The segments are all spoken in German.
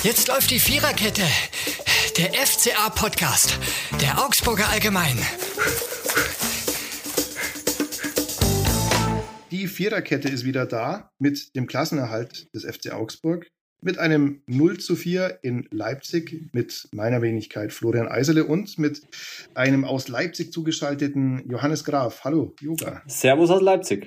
Jetzt läuft die Viererkette. Der FCA-Podcast. Der Augsburger Allgemein. Die Viererkette ist wieder da mit dem Klassenerhalt des FC Augsburg. Mit einem 0:4 in Leipzig mit meiner Wenigkeit Florian Eisele und mit einem aus Leipzig zugeschalteten Johannes Graf. Hallo, Yoga. Servus aus Leipzig.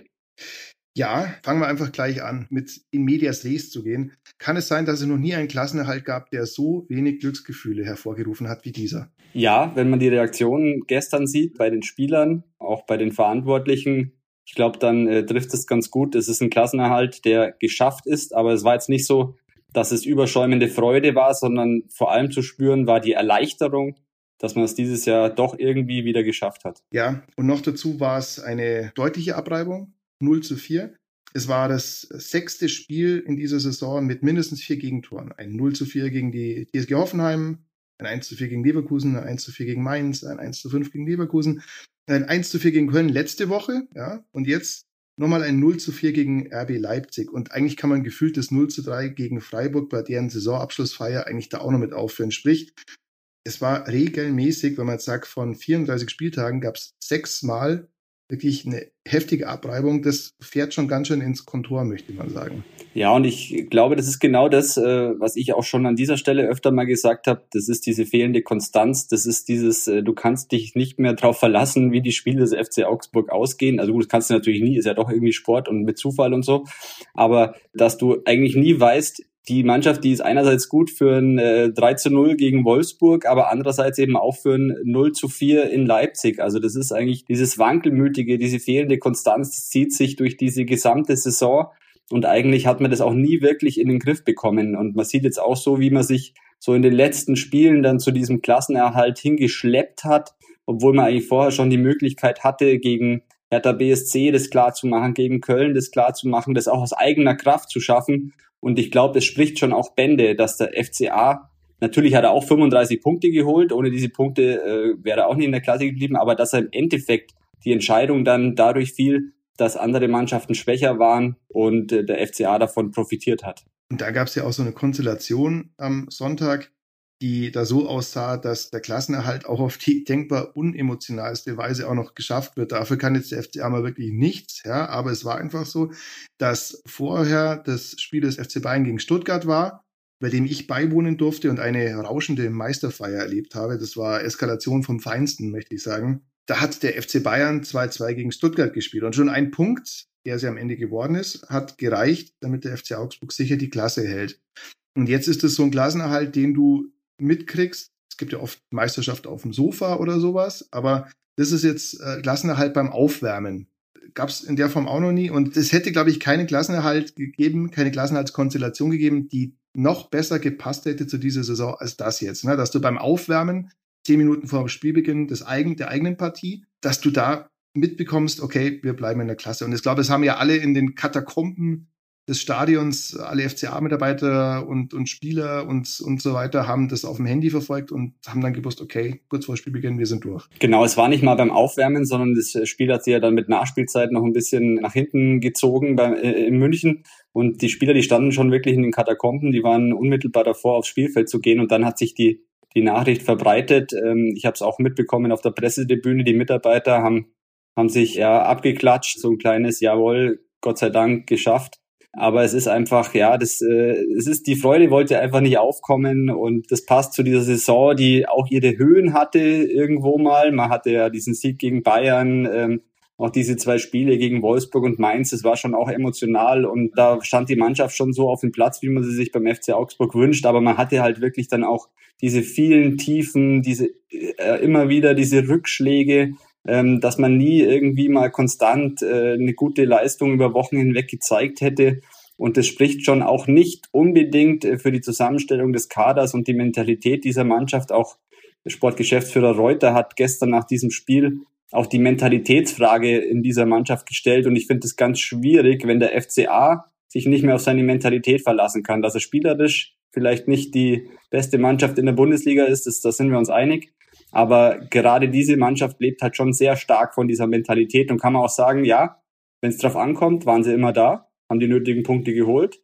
Ja, fangen wir einfach gleich an, mit in medias res zu gehen. Kann es sein, dass es noch nie einen Klassenerhalt gab, der so wenig Glücksgefühle hervorgerufen hat wie dieser? Ja, wenn man die Reaktionen gestern sieht bei den Spielern, auch bei den Verantwortlichen, ich glaube, dann trifft es ganz gut. Es ist ein Klassenerhalt, der geschafft ist, aber es war jetzt nicht so, dass es überschäumende Freude war, sondern vor allem zu spüren war die Erleichterung, dass man es dieses Jahr doch irgendwie wieder geschafft hat. Ja, und noch dazu war es eine deutliche Abreibung, 0:4. Es war das 6. Spiel in dieser Saison mit mindestens 4 Gegentoren. Ein 0:4 gegen die TSG Hoffenheim, ein 1:4 gegen Leverkusen, ein 1:4 gegen Mainz, ein 1:5 gegen Leverkusen, ein 1:4 gegen Köln letzte Woche, ja, und jetzt nochmal ein 0:4 gegen RB Leipzig. Und eigentlich kann man gefühlt das 0:3 gegen Freiburg bei deren Saisonabschlussfeier eigentlich da auch noch mit aufführen. Sprich, es war regelmäßig, wenn man jetzt sagt, von 34 Spieltagen gab es 6 Mal wirklich eine heftige Abreibung. Das fährt schon ganz schön ins Kontor, möchte man sagen. Ja, und ich glaube, das ist genau das, was ich auch schon an dieser Stelle öfter mal gesagt habe. Das ist diese fehlende Konstanz. Das ist dieses, du kannst dich nicht mehr darauf verlassen, wie die Spiele des FC Augsburg ausgehen. Also gut, das kannst du natürlich nie, ist ja doch irgendwie Sport und mit Zufall und so. Aber dass du eigentlich nie weißt, die Mannschaft, die ist einerseits gut für ein 3:0 gegen Wolfsburg, aber andererseits eben auch für ein 0:4 in Leipzig. Also das ist eigentlich dieses Wankelmütige, diese fehlende Konstanz, die zieht sich durch diese gesamte Saison. Und eigentlich hat man das auch nie wirklich in den Griff bekommen. Und man sieht jetzt auch so, wie man sich so in den letzten Spielen dann zu diesem Klassenerhalt hingeschleppt hat, obwohl man eigentlich vorher schon die Möglichkeit hatte, gegen Hertha BSC das klar zu machen, gegen Köln das klar zu machen, das auch aus eigener Kraft zu schaffen. Und ich glaube, es spricht schon auch Bände, dass der FCA, natürlich hat er auch 35 Punkte geholt, ohne diese Punkte wäre er auch nicht in der Klasse geblieben, aber dass er im Endeffekt die Entscheidung dann dadurch fiel, dass andere Mannschaften schwächer waren und der FCA davon profitiert hat. Und da gab es ja auch so eine Konstellation am Sonntag, die da so aussah, dass der Klassenerhalt auch auf die denkbar unemotionalste Weise auch noch geschafft wird. Dafür kann jetzt der FCA mal wirklich nichts, ja, aber es war einfach so, dass vorher das Spiel des FC Bayern gegen Stuttgart war, bei dem ich beiwohnen durfte und eine rauschende Meisterfeier erlebt habe. Das war Eskalation vom Feinsten, möchte ich sagen. Da hat der FC Bayern 2:2 gegen Stuttgart gespielt und schon ein Punkt, der es ja am Ende geworden ist, hat gereicht, damit der FC Augsburg sicher die Klasse hält. Und jetzt ist es so ein Klassenerhalt, den du mitkriegst. Es gibt ja oft Meisterschaft auf dem Sofa oder sowas, aber das ist jetzt Klassenerhalt beim Aufwärmen. Gab es in der Form auch noch nie und es hätte, glaube ich, keinen Klassenerhalt gegeben, keine Klassenerhaltskonstellation gegeben, die noch besser gepasst hätte zu dieser Saison als das jetzt. Ne? Dass du beim Aufwärmen 10 Minuten vor dem Spielbeginn der eigenen Partie, dass du da mitbekommst, okay, wir bleiben in der Klasse. Und ich glaube, es haben ja alle in den Katakomben des Stadions, alle FCA-Mitarbeiter und Spieler und so weiter, haben das auf dem Handy verfolgt und haben dann gewusst, okay, kurz vor Spielbeginn, wir sind durch. Genau, es war nicht mal beim Aufwärmen, sondern das Spiel hat sich ja dann mit Nachspielzeit noch ein bisschen nach hinten gezogen in München. Und die Spieler, die standen schon wirklich in den Katakomben, die waren unmittelbar davor, aufs Spielfeld zu gehen. Und dann hat sich die Nachricht verbreitet. Ich habe es auch mitbekommen auf der Pressetribüne. Die Mitarbeiter haben sich ja abgeklatscht, so ein kleines Jawohl, Gott sei Dank geschafft. Aber es ist einfach, ja, es ist, die Freude wollte einfach nicht aufkommen und das passt zu dieser Saison, die auch ihre Höhen hatte irgendwo mal. Man hatte ja diesen Sieg gegen Bayern, auch diese 2 Spiele gegen Wolfsburg und Mainz, das war schon auch emotional und da stand die Mannschaft schon so auf dem Platz, wie man sie sich beim FC Augsburg wünscht, aber man hatte halt wirklich dann auch diese vielen Tiefen, diese immer wieder diese Rückschläge, dass man nie irgendwie mal konstant eine gute Leistung über Wochen hinweg gezeigt hätte. Und das spricht schon auch nicht unbedingt für die Zusammenstellung des Kaders und die Mentalität dieser Mannschaft. Auch Sportgeschäftsführer Reuter hat gestern nach diesem Spiel auch die Mentalitätsfrage in dieser Mannschaft gestellt. Und ich finde es ganz schwierig, wenn der FCA sich nicht mehr auf seine Mentalität verlassen kann. Dass er spielerisch vielleicht nicht die beste Mannschaft in der Bundesliga ist, da sind wir uns einig. Aber gerade diese Mannschaft lebt halt schon sehr stark von dieser Mentalität und kann man auch sagen, ja, wenn es drauf ankommt, waren sie immer da, haben die nötigen Punkte geholt.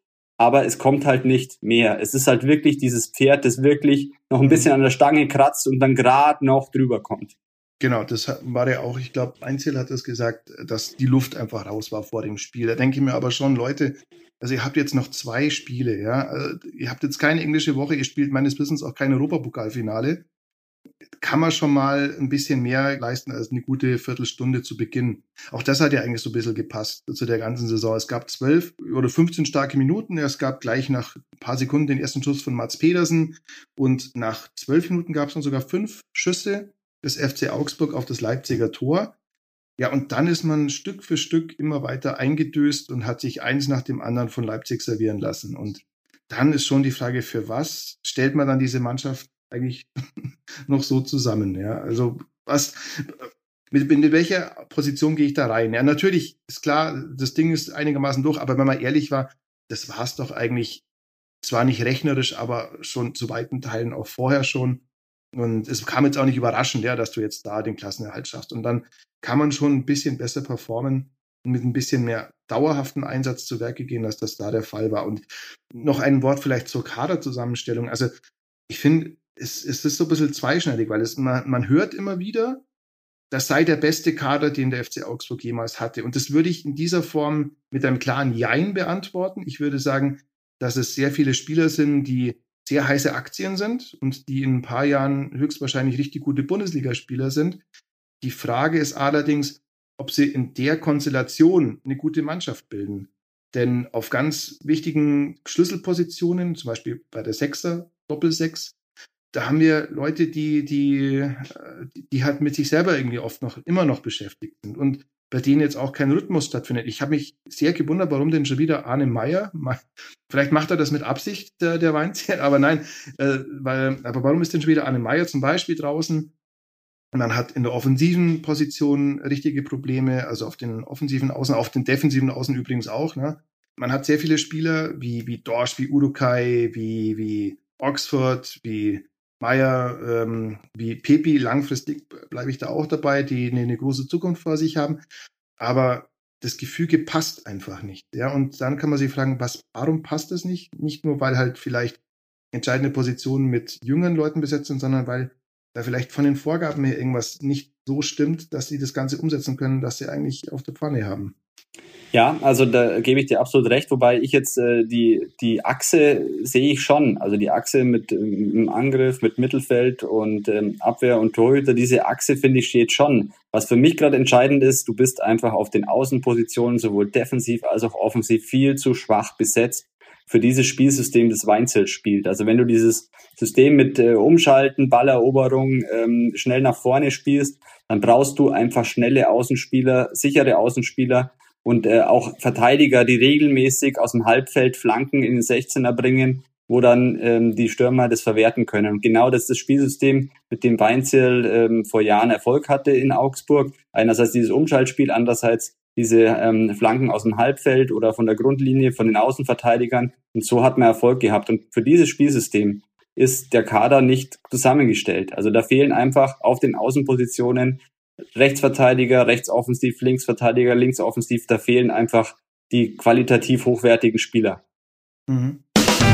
aber es kommt halt nicht mehr. Es ist halt wirklich dieses Pferd, das wirklich noch ein bisschen an der Stange kratzt und dann gerade noch drüber kommt. Genau, das war ja auch, ich glaube, Weinzierl hat das gesagt, dass die Luft einfach raus war vor dem Spiel. Da denke ich mir aber schon, Leute, also ihr habt jetzt noch 2 Spiele, ja. Ihr habt jetzt keine englische Woche, ihr spielt meines Wissens auch kein Europapokalfinale. Kann man schon mal ein bisschen mehr leisten als eine gute Viertelstunde zu Beginn. Auch das hat ja eigentlich so ein bisschen gepasst zu der ganzen Saison. Es gab 12 oder 15 starke Minuten. Es gab gleich nach ein paar Sekunden den ersten Schuss von Mats Pedersen und nach 12 Minuten gab es dann sogar 5 Schüsse des FC Augsburg auf das Leipziger Tor. Ja, und dann ist man Stück für Stück immer weiter eingedöst und hat sich eins nach dem anderen von Leipzig servieren lassen. Und dann ist schon die Frage, für was stellt man dann diese Mannschaft eigentlich noch so zusammen? Ja, also mit welcher Position gehe ich da rein? Ja, natürlich ist klar, das Ding ist einigermaßen durch, aber wenn man ehrlich war, das war es doch eigentlich zwar nicht rechnerisch, aber schon zu weiten Teilen auch vorher schon. Und es kam jetzt auch nicht überraschend, ja, dass du jetzt da den Klassenerhalt schaffst. Und dann kann man schon ein bisschen besser performen und mit ein bisschen mehr dauerhaften Einsatz zu Werke gehen, als das da der Fall war. Und noch ein Wort vielleicht zur Kaderzusammenstellung. Also ich finde, es ist so ein bisschen zweischneidig, weil man hört immer wieder, das sei der beste Kader, den der FC Augsburg jemals hatte. Und das würde ich in dieser Form mit einem klaren Jein beantworten. Ich würde sagen, dass es sehr viele Spieler sind, die sehr heiße Aktien sind und die in ein paar Jahren höchstwahrscheinlich richtig gute Bundesligaspieler sind. Die Frage ist allerdings, ob sie in der Konstellation eine gute Mannschaft bilden. Denn auf ganz wichtigen Schlüsselpositionen, zum Beispiel bei der Sechser, Doppelsechs, da haben wir Leute, die halt mit sich selber irgendwie oft immer noch beschäftigt sind und bei denen jetzt auch kein Rhythmus stattfindet. Ich habe mich sehr gewundert, warum denn schon wieder Arne Meyer, vielleicht macht er das mit Absicht, der Weinzierl, aber nein, aber warum ist denn schon wieder Arne Meyer zum Beispiel draußen? Man hat in der offensiven Position richtige Probleme, also auf den offensiven Außen, auf den defensiven Außen übrigens auch. Ne? Man hat sehr viele Spieler wie Dorsch, wie Urukai, wie Oxford, wie Meyer, wie Pepi, langfristig bleibe ich da auch dabei, die eine große Zukunft vor sich haben. Aber das Gefüge passt einfach nicht. Ja, und dann kann man sich fragen, warum passt das nicht? Nicht nur, weil halt vielleicht entscheidende Positionen mit jüngeren Leuten besetzt sind, sondern weil da vielleicht von den Vorgaben her irgendwas nicht so stimmt, dass sie das Ganze umsetzen können, dass sie eigentlich auf der Pfanne haben. Ja, also da gebe ich dir absolut recht, wobei ich jetzt die Achse sehe ich schon, also die Achse mit im Angriff, mit Mittelfeld und Abwehr und Torhüter, diese Achse finde ich steht schon. Was für mich gerade entscheidend ist, du bist einfach auf den Außenpositionen sowohl defensiv als auch offensiv viel zu schwach besetzt für dieses Spielsystem, das Weinzierl spielt. Also wenn du dieses System mit Umschalten, Balleroberung, schnell nach vorne spielst, dann brauchst du einfach schnelle Außenspieler, sichere Außenspieler, und auch Verteidiger, die regelmäßig aus dem Halbfeld Flanken in den 16er bringen, wo dann die Stürmer das verwerten können. Und genau das ist das Spielsystem, mit dem Weinzierl vor Jahren Erfolg hatte in Augsburg. Einerseits dieses Umschaltspiel, andererseits diese Flanken aus dem Halbfeld oder von der Grundlinie von den Außenverteidigern. Und so hat man Erfolg gehabt. Und für dieses Spielsystem ist der Kader nicht zusammengestellt. Also da fehlen einfach auf den Außenpositionen Rechtsverteidiger, rechtsoffensiv, Linksverteidiger, linksoffensiv, da fehlen einfach die qualitativ hochwertigen Spieler. Mhm.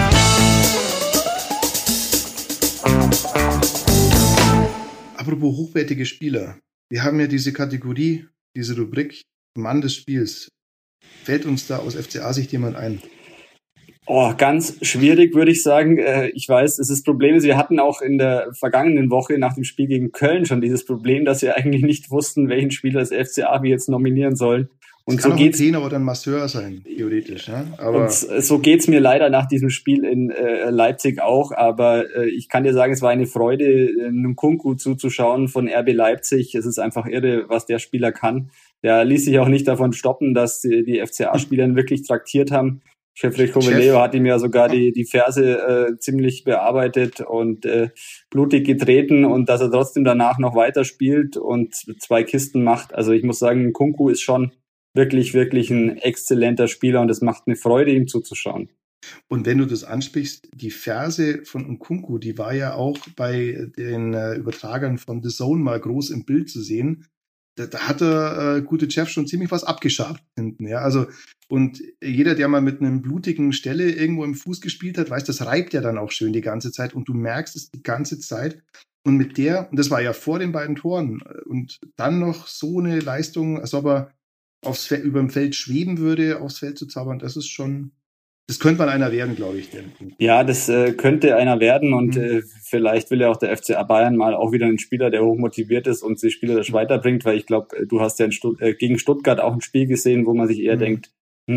Apropos hochwertige Spieler. Wir haben ja diese Kategorie, diese Rubrik Mann des Spiels. Fällt uns da aus FCA-Sicht jemand ein? Oh, ganz schwierig, würde ich sagen. Ich weiß, es ist Problem. Wir hatten auch in der vergangenen Woche nach dem Spiel gegen Köln schon dieses Problem, dass wir eigentlich nicht wussten, welchen Spieler das FCA wir jetzt nominieren sollen. Und das kann so auch ein Trainer oder ein Masseur sein, theoretisch. Ja? Aber und so geht's mir leider nach diesem Spiel in Leipzig auch. Aber ich kann dir sagen, es war eine Freude, Nkunku zuzuschauen von RB Leipzig. Es ist einfach irre, was der Spieler kann. Der ließ sich auch nicht davon stoppen, dass die FCA-Spieler ihn wirklich traktiert haben. Chef Coveleo hat ihm ja sogar die Ferse ziemlich bearbeitet und blutig getreten und dass er trotzdem danach noch weiterspielt und 2 Kisten macht. Also ich muss sagen, Nkunku ist schon wirklich, wirklich ein exzellenter Spieler und es macht eine Freude, ihm zuzuschauen. Und wenn du das ansprichst, die Ferse von Nkunku, die war ja auch bei den Übertragern von The Zone mal groß im Bild zu sehen. da hat der gute Jeff schon ziemlich was abgeschabt hinten. Ja? Also, und jeder, der mal mit einem blutigen Stelle irgendwo im Fuß gespielt hat, weiß, das reibt ja dann auch schön die ganze Zeit und du merkst es die ganze Zeit. Und und das war ja vor den beiden Toren, und dann noch so eine Leistung, als ob er über dem Feld schweben würde, aufs Feld zu zaubern, das könnte mal einer werden, glaube ich. Ja, das könnte einer werden und vielleicht will ja auch der FCA Bayern mal auch wieder einen Spieler, der hochmotiviert ist und sich spielerisch weiterbringt, weil ich glaube, du hast ja gegen Stuttgart auch ein Spiel gesehen, wo man sich eher denkt,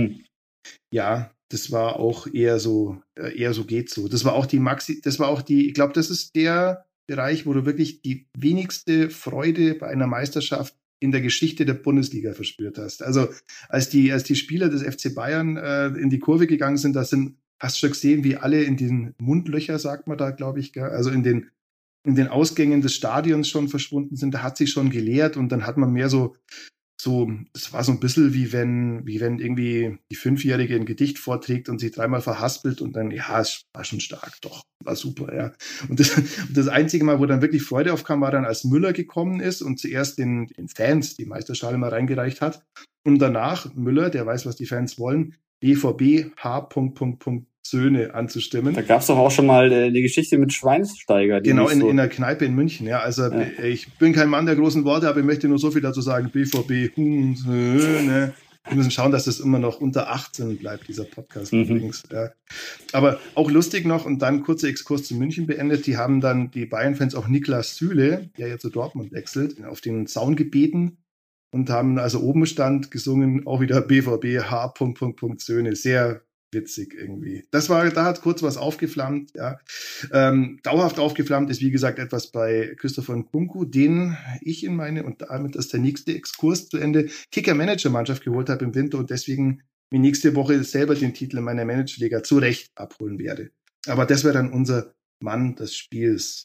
Ja, das war auch eher so geht so. Das war auch ich glaube, das ist der Bereich, wo du wirklich die wenigste Freude bei einer Meisterschaft in der Geschichte der Bundesliga verspürt hast. Also als die Spieler des FC Bayern in die Kurve gegangen sind, hast du schon gesehen, wie alle in den Mundlöcher, sagt man da, glaube ich, gell? Also in den Ausgängen des Stadions schon verschwunden sind. Da hat sich schon geleert und dann hat man mehr so, es war so ein bisschen wie wenn irgendwie die Fünfjährige ein Gedicht vorträgt und sich dreimal verhaspelt und dann, ja, es war schon stark, doch, war super, ja. Und das einzige Mal, wo dann wirklich Freude aufkam, war dann, als Müller gekommen ist und zuerst den Fans die Meisterschale mal reingereicht hat und danach Müller, der weiß, was die Fans wollen, BVB H. Söhne anzustimmen. Da gab es doch auch schon mal die Geschichte mit Schweinsteiger. Genau, in der Kneipe in München. Ja, also ja. Ich bin kein Mann der großen Worte, aber ich möchte nur so viel dazu sagen. BVB, Söhne. Wir müssen schauen, dass das immer noch unter 18 bleibt, dieser Podcast übrigens. Ja. Aber auch lustig noch, und dann kurzer Exkurs zu München beendet, die haben dann die Bayern-Fans auch Niklas Süle, der ja zu Dortmund wechselt, auf den Zaun gebeten und haben, also oben stand, gesungen, auch wieder BVB, H. Söhne. Sehr witzig irgendwie. Da hat kurz was aufgeflammt, ja. Dauerhaft aufgeflammt ist, wie gesagt, etwas bei Christopher Nkunku, den ich und damit ist der nächste Exkurs zu Ende, Kicker-Manager-Mannschaft geholt habe im Winter und deswegen mir nächste Woche selber den Titel in meiner Managerliga zu Recht abholen werde. Aber das wäre dann unser Mann des Spiels.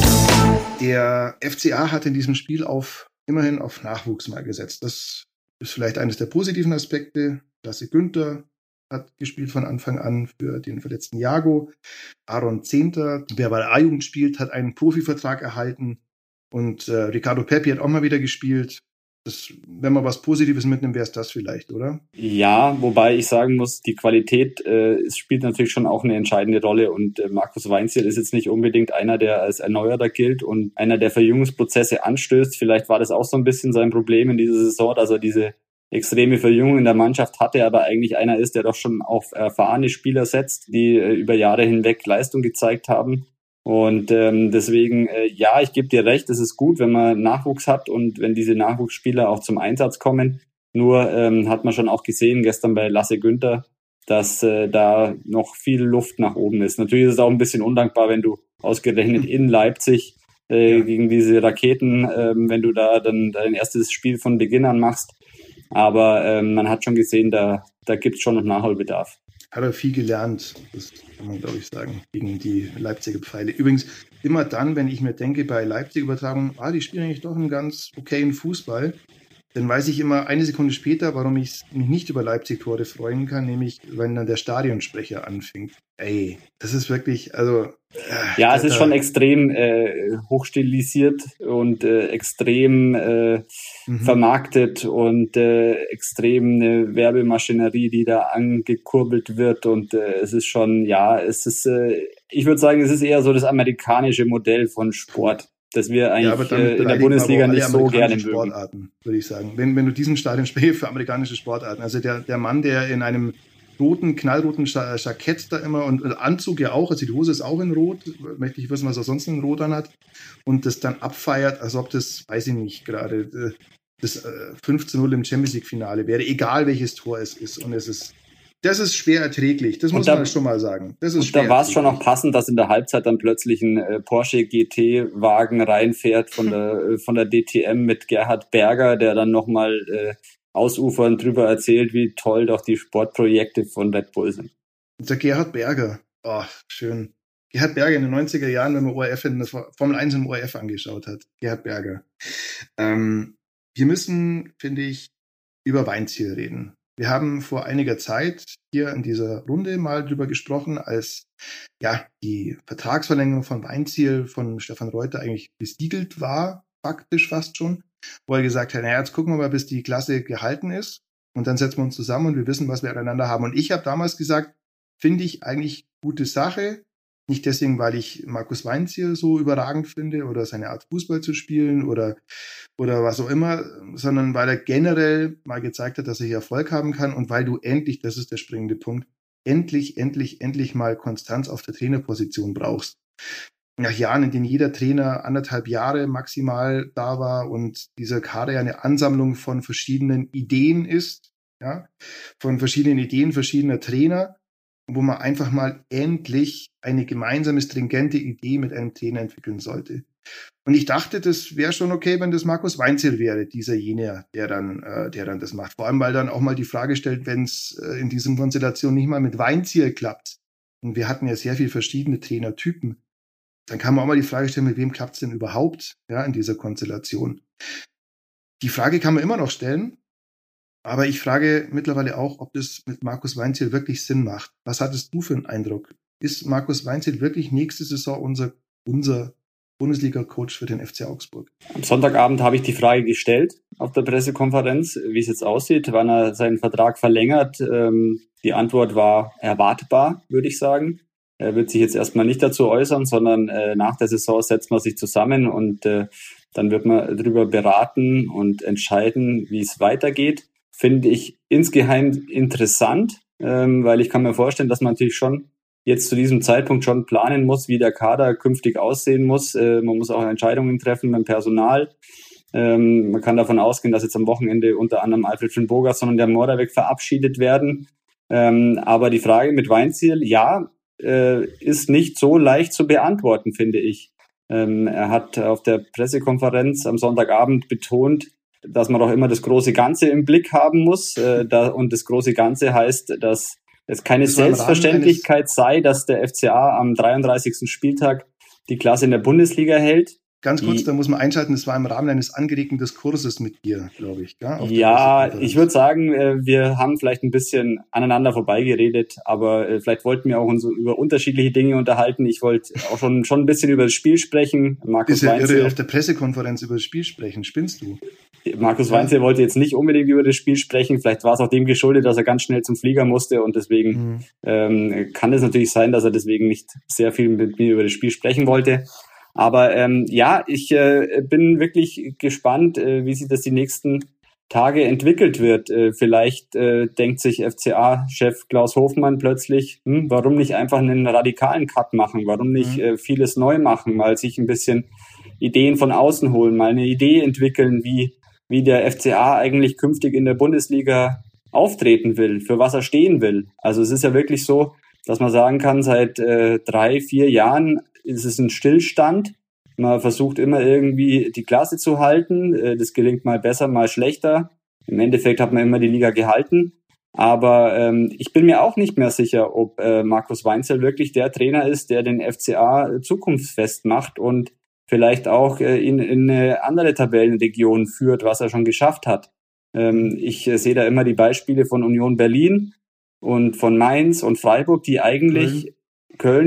Der FCA hat in diesem Spiel immerhin auf Nachwuchs mal gesetzt. Das ist vielleicht eines der positiven Aspekte. Lasse Günther hat gespielt von Anfang an für den verletzten Jago. Aaron Zehnter, wer bei der A-Jugend spielt, hat einen Profivertrag erhalten. Und Ricardo Pepi hat auch mal wieder gespielt. Wenn man was Positives mitnimmt, wäre es das vielleicht, oder? Ja, wobei ich sagen muss, die Qualität spielt natürlich schon auch eine entscheidende Rolle. Und Markus Weinzierl ist jetzt nicht unbedingt einer, der als Erneuerer gilt und einer, der Verjüngungsprozesse anstößt. Vielleicht war das auch so ein bisschen sein Problem in dieser Saison, dass er diese extreme Verjüngung in der Mannschaft hatte, aber eigentlich einer ist, der doch schon auf erfahrene Spieler setzt, die über Jahre hinweg Leistung gezeigt haben. Und deswegen, ja, ich gebe dir recht, es ist gut, wenn man Nachwuchs hat und wenn diese Nachwuchsspieler auch zum Einsatz kommen. Nur hat man schon auch gesehen, gestern bei Lasse Günther, dass da noch viel Luft nach oben ist. Natürlich ist es auch ein bisschen undankbar, wenn du ausgerechnet in Leipzig gegen diese Raketen, wenn du da dann dein erstes Spiel von Beginn an machst. Aber man hat schon gesehen, da gibt es schon noch Nachholbedarf. Hat er viel gelernt, das kann man, glaube ich, sagen, gegen die Leipziger Pfeile. Übrigens, immer dann, wenn ich mir denke, bei Leipzig-Übertragungen, die spielen eigentlich doch einen ganz okayen Fußball, dann weiß ich immer eine Sekunde später, warum ich mich nicht über Leipzig-Tore freuen kann, nämlich wenn dann der Stadionsprecher anfängt. Ey, das ist wirklich, also... Ja, es ist schon extrem hochstilisiert und extrem vermarktet und extrem eine Werbemaschinerie, die da angekurbelt wird und es ist schon, ja, ich würde sagen, es ist eher so das amerikanische Modell von Sport, das wir eigentlich in der Bundesliga nicht so gerne mögen. Sportarten, würde ich sagen. Wenn du diesen Stadionsprecher für amerikanische Sportarten, also der Mann, der in einem knallroten Jackett da immer und Anzug ja auch, also die Hose ist auch in Rot, möchte ich wissen, was er sonst in Rot anhat und das dann abfeiert, als ob das, weiß ich nicht, gerade das 15-0 im Champions League Finale wäre, egal welches Tor es ist und das ist schwer erträglich, das muss man schon mal sagen. Das ist da war es schon auch passend, dass in der Halbzeit dann plötzlich ein Porsche GT-Wagen reinfährt von der DTM mit Gerhard Berger, der dann nochmal ausufernd drüber erzählt, wie toll doch die Sportprojekte von Red Bull sind. Der Gerhard Berger, schön. Gerhard Berger in den 90er Jahren, wenn man Formel 1 im ORF angeschaut hat. Gerhard Berger. Wir müssen, finde ich, über Weinzierl reden. Wir haben vor einiger Zeit hier in dieser Runde mal drüber gesprochen, als die Vertragsverlängerung von Weinzierl von Stefan Reuter eigentlich besiegelt war. faktisch fast schon, wo er gesagt hat, naja, jetzt gucken wir mal, bis die Klasse gehalten ist und dann setzen wir uns zusammen und wir wissen, was wir aneinander haben. Und ich habe damals gesagt, finde ich eigentlich gute Sache, nicht deswegen, weil ich Markus Weinzierl so überragend finde oder seine Art Fußball zu spielen oder was auch immer, sondern weil er generell mal gezeigt hat, dass er hier Erfolg haben kann und weil du endlich, das ist der springende Punkt, endlich mal Konstanz auf der Trainerposition brauchst. Nach Jahren, in denen jeder Trainer 1,5 Jahre maximal da war und dieser Kader ja eine Ansammlung von verschiedenen Ideen ist, ja, von verschiedenen Ideen verschiedener Trainer, wo man einfach mal endlich eine gemeinsame, stringente Idee mit einem Trainer entwickeln sollte. Und ich dachte, das wäre schon okay, wenn das Markus Weinzierl wäre, dieser jene, der dann das macht. Vor allem, weil dann auch mal die Frage stellt, wenn es in diesen Konstellationen nicht mal mit Weinzierl klappt. Und wir hatten ja sehr viele verschiedene Trainertypen. Dann kann man auch mal die Frage stellen, mit wem klappt es denn überhaupt, ja, in dieser Konstellation? Die Frage kann man immer noch stellen, aber ich frage mittlerweile auch, ob das mit Markus Weinzierl wirklich Sinn macht. Was hattest du für einen Eindruck? Ist Markus Weinzierl wirklich nächste Saison unser Bundesliga-Coach für den FC Augsburg? Am Sonntagabend habe ich die Frage gestellt auf der Pressekonferenz, wie es jetzt aussieht, wann er seinen Vertrag verlängert. Die Antwort war erwartbar, würde ich sagen. Er wird sich jetzt erstmal nicht dazu äußern, sondern nach der Saison setzt man sich zusammen und dann wird man darüber beraten und entscheiden, wie es weitergeht. Finde ich insgeheim interessant, weil ich kann mir vorstellen, dass man natürlich schon jetzt zu diesem Zeitpunkt schon planen muss, wie der Kader künftig aussehen muss. Man muss auch Entscheidungen treffen beim Personal. Man kann davon ausgehen, dass jetzt am Wochenende unter anderem Alfred Finn-Bogason und der Moravec verabschiedet werden. Aber die Frage mit Weinzierl, ja, ist nicht so leicht zu beantworten, finde ich. Er hat auf der Pressekonferenz am Sonntagabend betont, dass man doch immer das große Ganze im Blick haben muss. Und das große Ganze heißt, dass es keine Selbstverständlichkeit sei, dass der FCA am 33. Spieltag die Klasse in der Bundesliga hält. Ganz kurz, da muss man einschalten, das war im Rahmen eines angeregten Diskurses mit dir, glaube ich. Ja, ich würde sagen, wir haben vielleicht ein bisschen aneinander vorbeigeredet, aber vielleicht wollten wir auch uns über unterschiedliche Dinge unterhalten. Ich wollte auch schon ein bisschen über das Spiel sprechen. Markus Weinzierl auf der Pressekonferenz über das Spiel sprechen, spinnst du? Markus Weinzierl wollte jetzt nicht unbedingt über das Spiel sprechen. Vielleicht war es auch dem geschuldet, dass er ganz schnell zum Flieger musste und deswegen kann es natürlich sein, dass er deswegen nicht sehr viel mit mir über das Spiel sprechen wollte. Aber ich bin wirklich gespannt, wie sich das die nächsten Tage entwickelt wird. Vielleicht denkt sich FCA-Chef Klaus Hofmann plötzlich, warum nicht einfach einen radikalen Cut machen? Warum nicht vieles neu machen? Mal sich ein bisschen Ideen von außen holen, mal eine Idee entwickeln, wie der FCA eigentlich künftig in der Bundesliga auftreten will, für was er stehen will. Also es ist ja wirklich so, dass man sagen kann, seit 3-4 Jahren ist es ein Stillstand. Man versucht immer irgendwie die Klasse zu halten. Das gelingt mal besser, mal schlechter. Im Endeffekt hat man immer die Liga gehalten. Aber ich bin mir auch nicht mehr sicher, ob Markus Weinzierl wirklich der Trainer ist, der den FCA zukunftsfest macht und vielleicht auch ihn in eine andere Tabellenregion führt, was er schon geschafft hat. Ich sehe da immer die Beispiele von Union Berlin und von Mainz und Freiburg, die eigentlich Köln,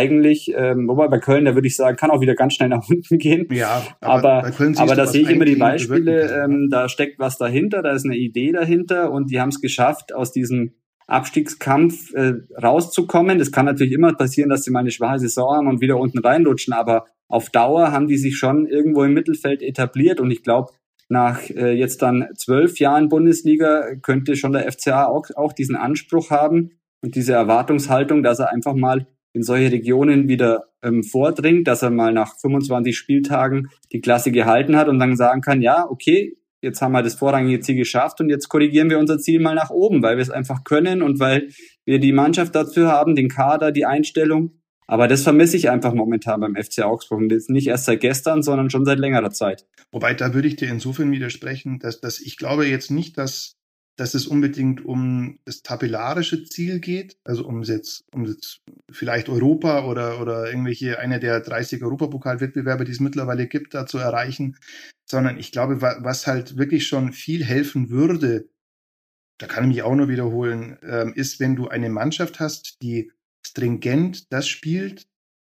wobei bei Köln, da würde ich sagen, kann auch wieder ganz schnell nach unten gehen. Ja, aber da sehe ich immer die Beispiele, da steckt was dahinter, da ist eine Idee dahinter und die haben es geschafft, aus diesem Abstiegskampf rauszukommen. Das kann natürlich immer passieren, dass sie mal eine schwache Saison haben und wieder unten reinrutschen, aber auf Dauer haben die sich schon irgendwo im Mittelfeld etabliert und ich glaube, nach jetzt dann 12 Jahren Bundesliga könnte schon der FCA auch diesen Anspruch haben und diese Erwartungshaltung, dass er einfach mal in solche Regionen wieder vordringt, dass er mal nach 25 Spieltagen die Klasse gehalten hat und dann sagen kann, ja, okay, jetzt haben wir das vorrangige Ziel geschafft und jetzt korrigieren wir unser Ziel mal nach oben, weil wir es einfach können und weil wir die Mannschaft dafür haben, den Kader, die Einstellung. Aber das vermisse ich einfach momentan beim FC Augsburg. Und das nicht erst seit gestern, sondern schon seit längerer Zeit. Wobei, da würde ich dir insofern widersprechen, dass ich glaube jetzt nicht, dass es unbedingt um das tabellarische Ziel geht, also um jetzt vielleicht Europa oder irgendwelche, eine der 30 Europapokalwettbewerbe, die es mittlerweile gibt, da zu erreichen, sondern ich glaube, was halt wirklich schon viel helfen würde, da kann ich mich auch nur wiederholen, ist, wenn du eine Mannschaft hast, die stringent das spielt,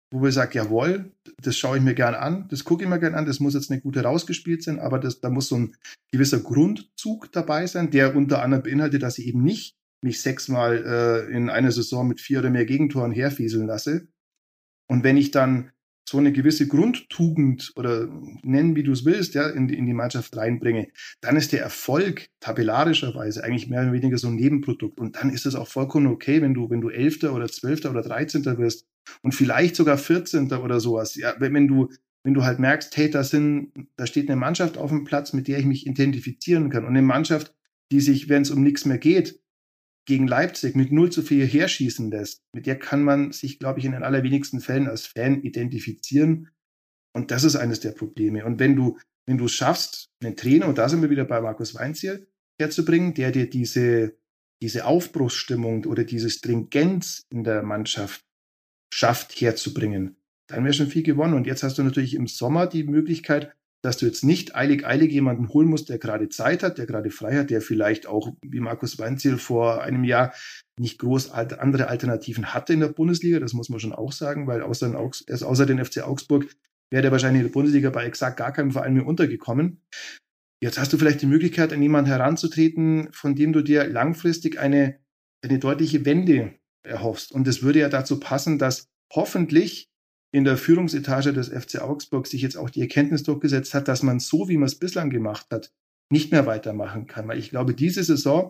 wo wir sagen, jawohl, das schaue ich mir gern an, das gucke ich mir gern an, das muss jetzt nicht gut herausgespielt sein, aber da muss so ein gewisser Grundzug dabei sein, der unter anderem beinhaltet, dass ich eben nicht mich 6-mal in einer Saison mit 4 oder mehr Gegentoren herfieseln lasse. Und wenn ich dann so eine gewisse Grundtugend oder nennen, wie du es willst, ja, in die Mannschaft reinbringe, dann ist der Erfolg tabellarischerweise eigentlich mehr oder weniger so ein Nebenprodukt. Und dann ist es auch vollkommen okay, wenn du 11. oder 12. oder 13. wirst und vielleicht sogar 14. oder sowas. Ja, wenn du halt merkst, hey, da steht eine Mannschaft auf dem Platz, mit der ich mich identifizieren kann. Und eine Mannschaft, die sich, wenn es um nichts mehr geht, gegen Leipzig mit 0-4 herschießen lässt, mit der kann man sich, glaube ich, in den allerwenigsten Fällen als Fan identifizieren. Und das ist eines der Probleme. Und wenn du es schaffst, einen Trainer, und da sind wir wieder bei Markus Weinzierl, herzubringen, der dir diese Aufbruchsstimmung oder diese Stringenz in der Mannschaft schafft herzubringen, dann wäre schon viel gewonnen. Und jetzt hast du natürlich im Sommer die Möglichkeit, dass du jetzt nicht eilig jemanden holen musst, der gerade Zeit hat, der gerade frei hat, der vielleicht auch, wie Markus Weinzierl vor einem Jahr, nicht groß andere Alternativen hatte in der Bundesliga. Das muss man schon auch sagen, weil außer den FC Augsburg wäre der wahrscheinlich in der Bundesliga bei exakt gar keinem Verein mehr untergekommen. Jetzt hast du vielleicht die Möglichkeit, an jemanden heranzutreten, von dem du dir langfristig eine deutliche Wende erhoffst. Und das würde ja dazu passen, dass hoffentlich in der Führungsetage des FC Augsburg sich jetzt auch die Erkenntnis durchgesetzt hat, dass man so, wie man es bislang gemacht hat, nicht mehr weitermachen kann. Weil ich glaube, diese Saison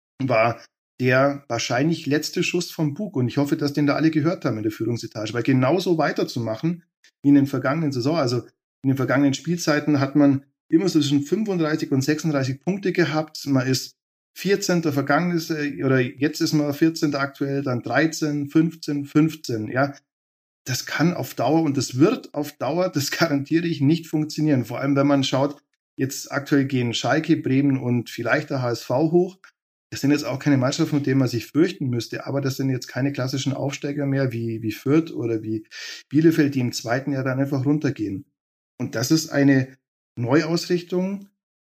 war der wahrscheinlich letzte Schuss vom Bug. Und ich hoffe, dass den da alle gehört haben in der Führungsetage. Weil genauso weiterzumachen wie in den vergangenen Saison, also in den vergangenen Spielzeiten hat man immer so zwischen 35 und 36 Punkte gehabt. Man ist 14. vergangenes, oder jetzt ist man 14. aktuell, dann 13, 15, 15, ja. Das kann auf Dauer und das wird auf Dauer, das garantiere ich, nicht funktionieren. Vor allem, wenn man schaut, jetzt aktuell gehen Schalke, Bremen und vielleicht der HSV hoch. Das sind jetzt auch keine Mannschaften, von denen man sich fürchten müsste, aber das sind jetzt keine klassischen Aufsteiger mehr wie Fürth oder wie Bielefeld, die im zweiten Jahr dann einfach runtergehen. Und das ist eine Neuausrichtung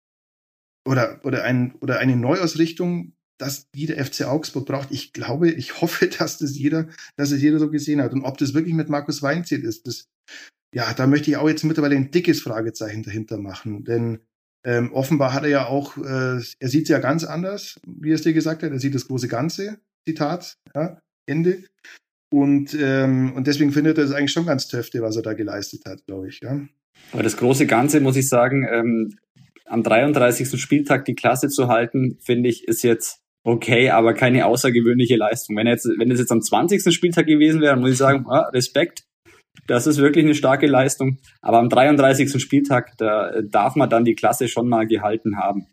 oder eine Neuausrichtung, dass die der FC Augsburg braucht. Ich hoffe, dass es jeder so gesehen hat. Und ob das wirklich mit Markus Weinzierl ist, da möchte ich auch jetzt mittlerweile ein dickes Fragezeichen dahinter machen. Denn offenbar hat er ja auch, er sieht es ja ganz anders, wie er es dir gesagt hat. Er sieht das große Ganze, Zitat, ja, Ende. Und deswegen findet er es eigentlich schon ganz töfte, was er da geleistet hat, glaube ich. Ja. Aber das große Ganze, muss ich sagen, am 33. Spieltag die Klasse zu halten, finde ich, ist jetzt okay, aber keine außergewöhnliche Leistung. Wenn es jetzt am 20. Spieltag gewesen wäre, dann muss ich sagen, Respekt, das ist wirklich eine starke Leistung. Aber am 33. Spieltag, da darf man dann die Klasse schon mal gehalten haben.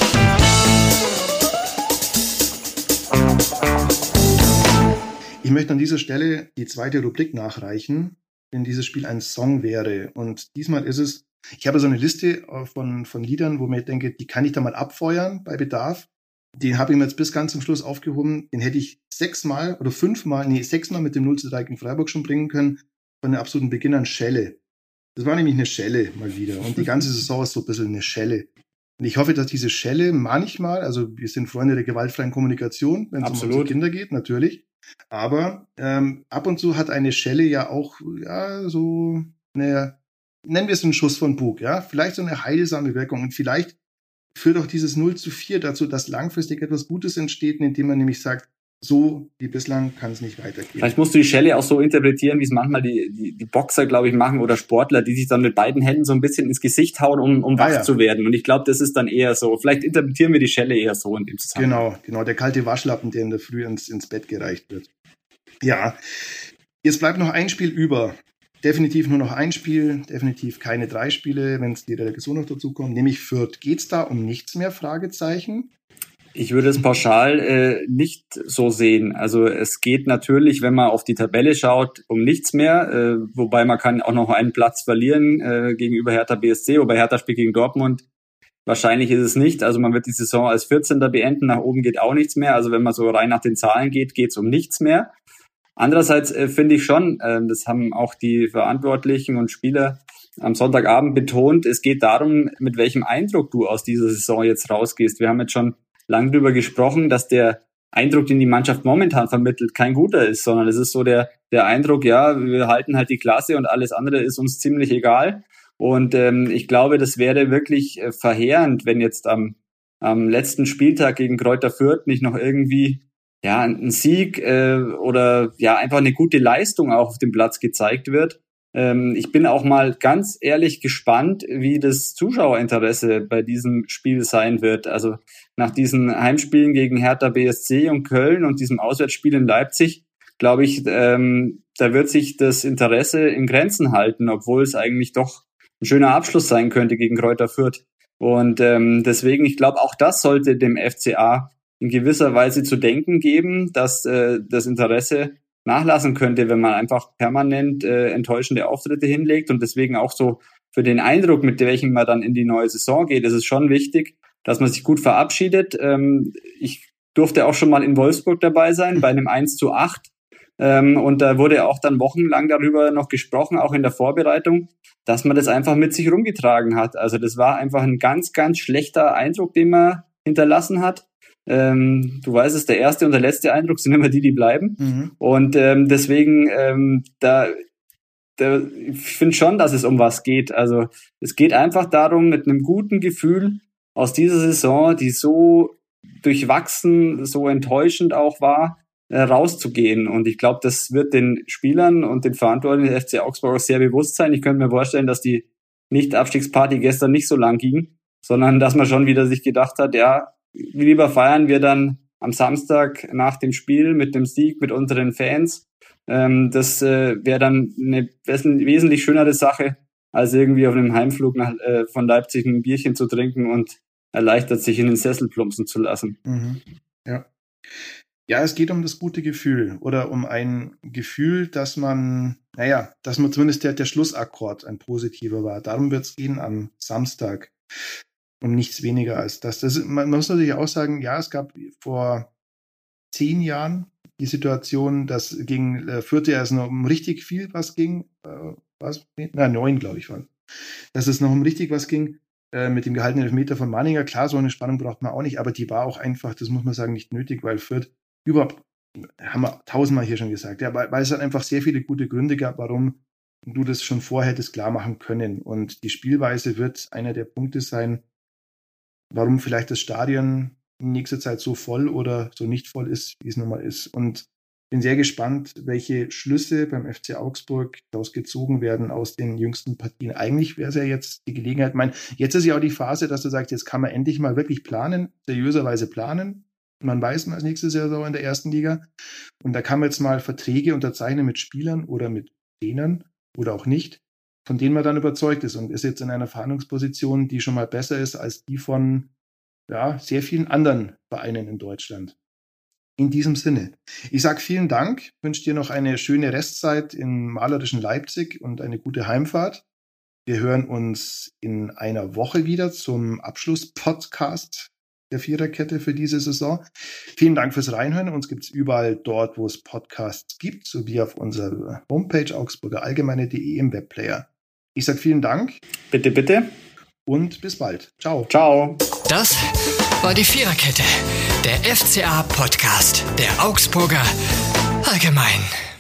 Ich möchte an dieser Stelle die zweite Rubrik nachreichen, wenn dieses Spiel ein Song wäre. Und diesmal ist es, ich habe so eine Liste von Liedern, wo ich denke, die kann ich da mal abfeuern bei Bedarf. Den habe ich mir jetzt bis ganz zum Schluss aufgehoben. Den hätte ich 6-mal mit dem 0-3 gegen Freiburg schon bringen können. Von den absoluten Beginnern Schelle. Das war nämlich eine Schelle mal wieder. Und die ganze Saison ist so ein bisschen eine Schelle. Und ich hoffe, dass diese Schelle manchmal, also wir sind Freunde der gewaltfreien Kommunikation, wenn es um unsere Kinder geht, natürlich. Aber ab und zu hat eine Schelle ja auch so eine, nennen wir es einen Schuss von Bug, ja, vielleicht so eine heilsame Wirkung. Und vielleicht führt auch dieses 0-4 dazu, dass langfristig etwas Gutes entsteht, indem man nämlich sagt, so wie bislang kann es nicht weitergehen. Vielleicht musst du die Schelle auch so interpretieren, wie es manchmal die Boxer, glaube ich, machen oder Sportler, die sich dann mit beiden Händen so ein bisschen ins Gesicht hauen, um wach zu werden. Und ich glaube, das ist dann eher so. Vielleicht interpretieren wir die Schelle eher so in dem Zusammenhang. Genau, der kalte Waschlappen, der in der Früh ins Bett gereicht wird. Ja, jetzt bleibt noch ein Spiel über. Definitiv nur noch ein Spiel, definitiv keine 3 Spiele, wenn es die Relegation noch dazu kommt, nämlich Fürth. Geht's da um nichts mehr? Fragezeichen. Ich würde es pauschal nicht so sehen. Also es geht natürlich, wenn man auf die Tabelle schaut, um nichts mehr, wobei man kann auch noch einen Platz verlieren gegenüber Hertha BSC, wobei Hertha spielt gegen Dortmund. Wahrscheinlich ist es nicht. Also man wird die Saison als 14. beenden, nach oben geht auch nichts mehr. Also wenn man so rein nach den Zahlen geht, geht es um nichts mehr. Andererseits finde ich schon, das haben auch die Verantwortlichen und Spieler am Sonntagabend betont, es geht darum, mit welchem Eindruck du aus dieser Saison jetzt rausgehst. Wir haben jetzt schon lange darüber gesprochen, dass der Eindruck, den die Mannschaft momentan vermittelt, kein guter ist, sondern es ist so der Eindruck, ja, wir halten halt die Klasse und alles andere ist uns ziemlich egal. Und ich glaube, das wäre wirklich verheerend, wenn jetzt am letzten Spieltag gegen Greuther Fürth nicht noch irgendwie ein Sieg oder einfach eine gute Leistung auch auf dem Platz gezeigt wird. Ich bin auch mal ganz ehrlich gespannt, wie das Zuschauerinteresse bei diesem Spiel sein wird. Also nach diesen Heimspielen gegen Hertha BSC und Köln und diesem Auswärtsspiel in Leipzig, glaube ich, da wird sich das Interesse in Grenzen halten, obwohl es eigentlich doch ein schöner Abschluss sein könnte gegen Greuther Fürth. Und deswegen, ich glaube, auch das sollte dem FCA in gewisser Weise zu denken geben, dass das Interesse nachlassen könnte, wenn man einfach permanent enttäuschende Auftritte hinlegt. Und deswegen auch so für den Eindruck, mit welchem man dann in die neue Saison geht, ist es schon wichtig, dass man sich gut verabschiedet. Ich durfte auch schon mal in Wolfsburg dabei sein, bei einem 1:8. Und da wurde auch dann wochenlang darüber noch gesprochen, auch in der Vorbereitung, dass man das einfach mit sich rumgetragen hat. Also das war einfach ein ganz, ganz schlechter Eindruck, den man hinterlassen hat. Du weißt es, der erste und der letzte Eindruck sind immer die bleiben. Mhm. Und deswegen, ich finde schon, dass es um was geht. Also es geht einfach darum, mit einem guten Gefühl aus dieser Saison, die so durchwachsen, so enttäuschend auch war, rauszugehen. Und ich glaube, das wird den Spielern und den Verantwortlichen des FC Augsburg auch sehr bewusst sein. Ich könnte mir vorstellen, dass die Nicht-Abstiegsparty gestern nicht so lang ging, sondern dass man schon wieder sich gedacht hat, lieber feiern wir dann am Samstag nach dem Spiel mit dem Sieg, mit unseren Fans. Das wäre dann eine wesentlich schönere Sache, als irgendwie auf einem Heimflug von Leipzig ein Bierchen zu trinken und erleichtert sich in den Sessel plumpsen zu lassen. Mhm. Ja, es geht um das gute Gefühl oder um ein Gefühl, dass man zumindest der Schlussakkord ein positiver war. Darum wird es gehen am Samstag. Und nichts weniger als das. Man muss natürlich auch sagen, es gab vor 10 Jahren die Situation, dass gegen Fürth erst noch um richtig viel was ging. 9, glaube ich, war. Dass es noch um richtig was ging mit dem gehaltenen Elfmeter von Manninger. Klar, so eine Spannung braucht man auch nicht, aber die war auch einfach, das muss man sagen, nicht nötig, weil Fürth überhaupt, haben wir 1000-mal hier schon gesagt, weil es halt einfach sehr viele gute Gründe gab, warum du das schon vorher hättest klar machen können. Und die Spielweise wird einer der Punkte sein, warum vielleicht das Stadion in nächster Zeit so voll oder so nicht voll ist, wie es nun mal ist. Und bin sehr gespannt, welche Schlüsse beim FC Augsburg daraus gezogen werden aus den jüngsten Partien. Eigentlich wäre es ja jetzt die Gelegenheit, jetzt ist ja auch die Phase, dass du sagst, jetzt kann man endlich mal wirklich seriöserweise planen. Man weiß, man ist nächstes Jahr so in der ersten Liga. Und da kann man jetzt mal Verträge unterzeichnen mit Spielern oder mit Trainern oder auch nicht, von denen man dann überzeugt ist und ist jetzt in einer Verhandlungsposition, die schon mal besser ist als die von sehr vielen anderen Vereinen in Deutschland. In diesem Sinne. Ich sage vielen Dank, wünsche dir noch eine schöne Restzeit im malerischen Leipzig und eine gute Heimfahrt. Wir hören uns in einer Woche wieder zum Abschlusspodcast der Viererkette für diese Saison. Vielen Dank fürs Reinhören. Uns gibt es überall dort, wo es Podcasts gibt, sowie auf unserer Homepage augsburgerallgemeine.de im Webplayer. Ich sage vielen Dank. Bitte, bitte. Und bis bald. Ciao. Ciao. Das war die Viererkette, der FCA-Podcast der Augsburger Allgemein.